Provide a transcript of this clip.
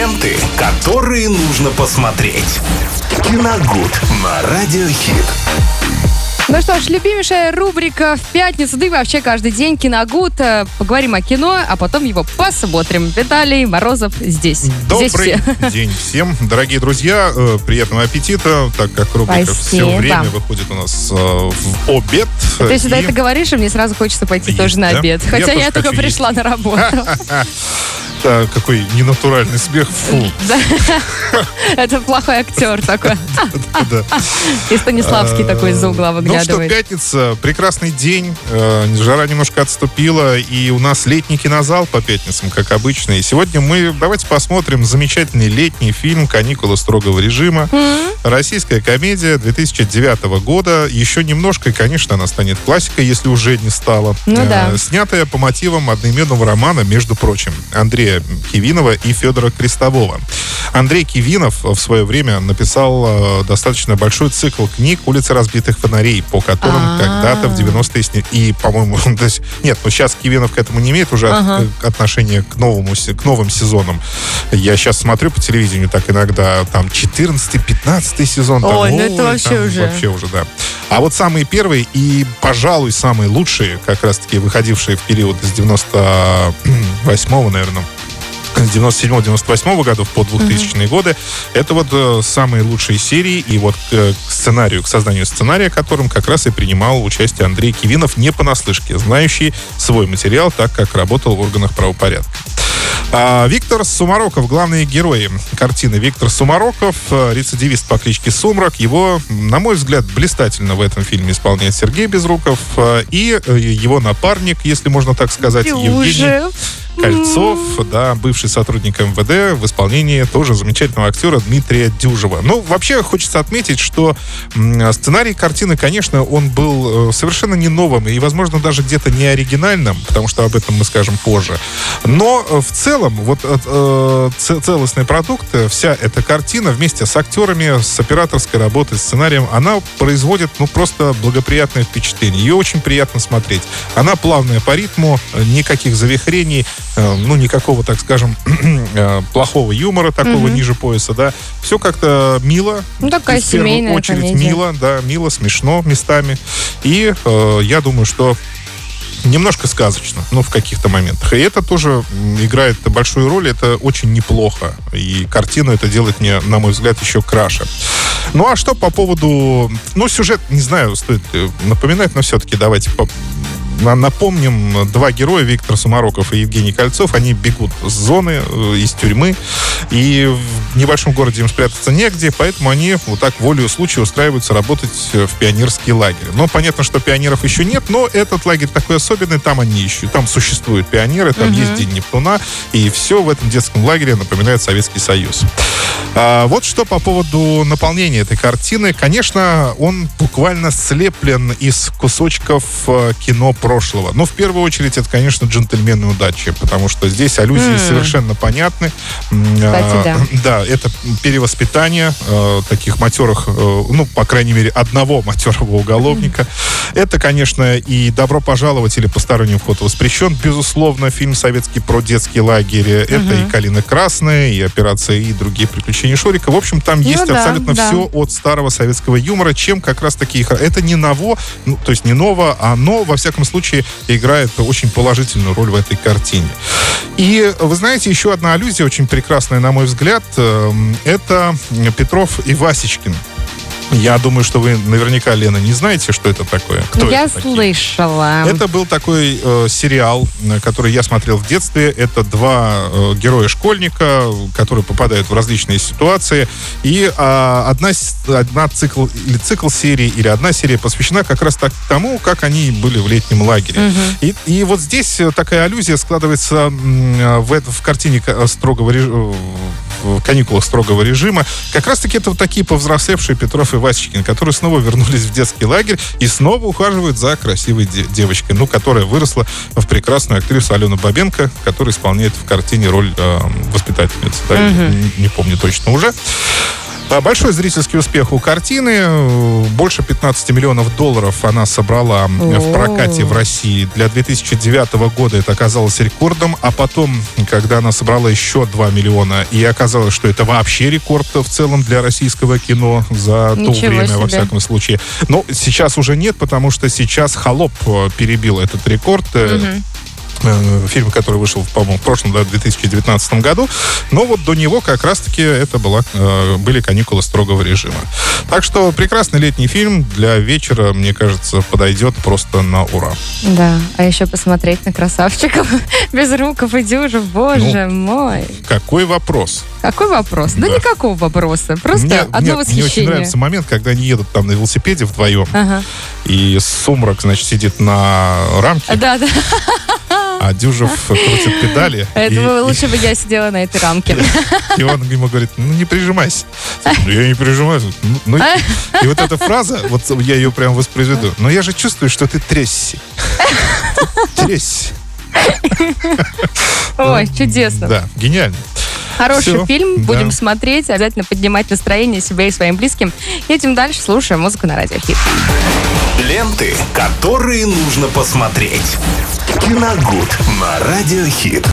ленты, которые нужно посмотреть. Киногуд на Радиохит. Ну что ж, любимейшая рубрика в пятницу, да и вообще каждый день «Киногуд». Поговорим о кино, а потом его посмотрим. Виталий Морозов здесь. Добрый день всем, дорогие друзья. Приятного аппетита, так как рубрика все время выходит у нас в обед. Ты сюда это говоришь, и мне сразу хочется пойти тоже на обед. Хотя я только пришла на работу. Какой ненатуральный смех. Фу. Это плохой актер такой. И Станиславский такой из-за угла выглядывает. Ну что, пятница, прекрасный день. Жара немножко отступила. И у нас летний кинозал по пятницам, как обычно. И сегодня давайте посмотрим замечательный летний фильм «Каникулы строгого режима». Российская комедия 2009 года. Еще немножко, и, конечно, она станет классикой, если уже не стала. Снятая по мотивам одноименного романа, между прочим, Андрея Кивинова и Федора Крестового. Андрей Кивинов в свое время написал достаточно большой цикл книг «Улицы разбитых фонарей», по которым когда-то в 90-е... И, по-моему... Нет, но сейчас Кивинов к этому не имеет уже отношения к новым сезонам. Я сейчас смотрю по телевидению так иногда, там 14-15 сезон. Ой, ну это вообще уже... Вообще уже, да. А вот самые первые и, пожалуй, самые лучшие, как раз-таки выходившие в период с 98-го, наверное, с 97-98 годов по 2000-е годы. Это вот самые лучшие серии, и вот к созданию сценария, которым как раз и принимал участие Андрей Кивинов, не понаслышке, знающий свой материал, так как работал в органах правопорядка. Виктор Сумароков, главные герои картины. Виктор Сумароков, рецидивист по кличке Сумрак. Его, на мой взгляд, блистательно в этом фильме исполняет Сергей Безруков. И его напарник, если можно так сказать, Евгений Кольцов, да, бывший сотрудник МВД, в исполнении тоже замечательного актера Дмитрия Дюжева. Ну, вообще, хочется отметить, что сценарий картины, конечно, он был совершенно не новым и, возможно, даже где-то не оригинальным, потому что об этом мы скажем позже. Но в целом, вот целостный продукт, вся эта картина вместе с актерами, с операторской работой, сценарием, она производит, просто благоприятное впечатление. Ее очень приятно смотреть. Она плавная по ритму, никаких завихрений, никакого, так скажем, плохого юмора такого ниже пояса, да. Все как-то мило. Такая семейная комедия. В первую очередь мило, да, мило, смешно местами. И я думаю, что немножко сказочно, в каких-то моментах. И это тоже играет большую роль, это очень неплохо. И картину это делает мне, на мой взгляд, еще краше. Ну, а что по поводу... сюжет, не знаю, стоит напоминать, но все-таки давайте напомним, два героя, Виктор Сумароков и Евгений Кольцов, они бегут с зоны, из тюрьмы, и в небольшом городе им спрятаться негде, поэтому они вот так волею случая устраиваются работать в пионерский лагерь. Но понятно, что пионеров еще нет, но этот лагерь такой особенный, там они ищут, там существуют пионеры, там есть День Нептуна, и все в этом детском лагере напоминает Советский Союз. Вот что по поводу наполнения этой картины. Конечно, он буквально слеплен из кусочков кино прошлого. Но в первую очередь это, конечно, «Джентльмены удачи», потому что здесь аллюзии совершенно понятны. Кстати, да. Да, это перевоспитание таких матерых, по крайней мере, одного матерого уголовника. Это, конечно, и «Добро пожаловать» или «Посторонним вход воспрещен», безусловно, фильм советский про детский лагерь. Это и «Калина красная», и «Операция И», и другие приключения Шурика. В общем, там есть абсолютно все от старого советского юмора, чем как раз-таки это не ново, то есть не ново, но, во всяком случае, играет очень положительную роль в этой картине. И, вы знаете, еще одна аллюзия очень прекрасная, на мой взгляд, это Петров и Васечкин. Я думаю, что вы наверняка, Лена, не знаете, что это такое. Кто я это слышала. Это был такой сериал, который я смотрел в детстве. Это два героя-школьника, которые попадают в различные ситуации. И одна цикл серии или одна серия посвящена как раз тому, как они были в летнем лагере. И вот здесь такая аллюзия складывается в картине строгого режима, в «Каникулах строгого режима». Как раз-таки это вот такие повзрослевшие Петров и Васечкин, которые снова вернулись в детский лагерь и снова ухаживают за красивой девочкой, которая выросла в прекрасную актрису Алену Бабенко, которая исполняет в картине роль воспитательницы. Да, не помню точно уже. Большой зрительский успех у картины. Больше 15 миллионов долларов она собрала в прокате в России. Для 2009 года это оказалось рекордом. А потом, когда она собрала еще 2 миллиона, и оказалось, что это вообще рекорд в целом для российского кино за то время, во всяком случае. Но сейчас уже нет, потому что сейчас «Холоп» перебил этот рекорд. Фильм, который вышел, по-моему, в прошлом, 2019 году. Но вот до него как раз-таки это были «Каникулы строгого режима». Так что прекрасный летний фильм для вечера, мне кажется, подойдет просто на ура. Да, а еще посмотреть на красавчиков Безруков и Дюжев, боже мой. Какой вопрос? Какой вопрос? Да никакого вопроса, просто одно восхищение. Мне очень нравится момент, когда они едут там на велосипеде вдвоем, и Сумрак, значит, сидит на рамке. Да. А Дюжев крутит педали. Лучше бы я сидела на этой рамке. И он ему говорит, не прижимайся. Я не прижимаюсь. И вот эта фраза, вот я ее прям воспроизведу. Но я же чувствую, что ты трясся. Трясся. Ой, чудесно. Да, гениально. Хороший фильм, будем смотреть, обязательно поднимать настроение себе и своим близким. Едем дальше, слушаем музыку на Радио Хит. Ленты, которые нужно посмотреть. Киногуд на Радио Хит.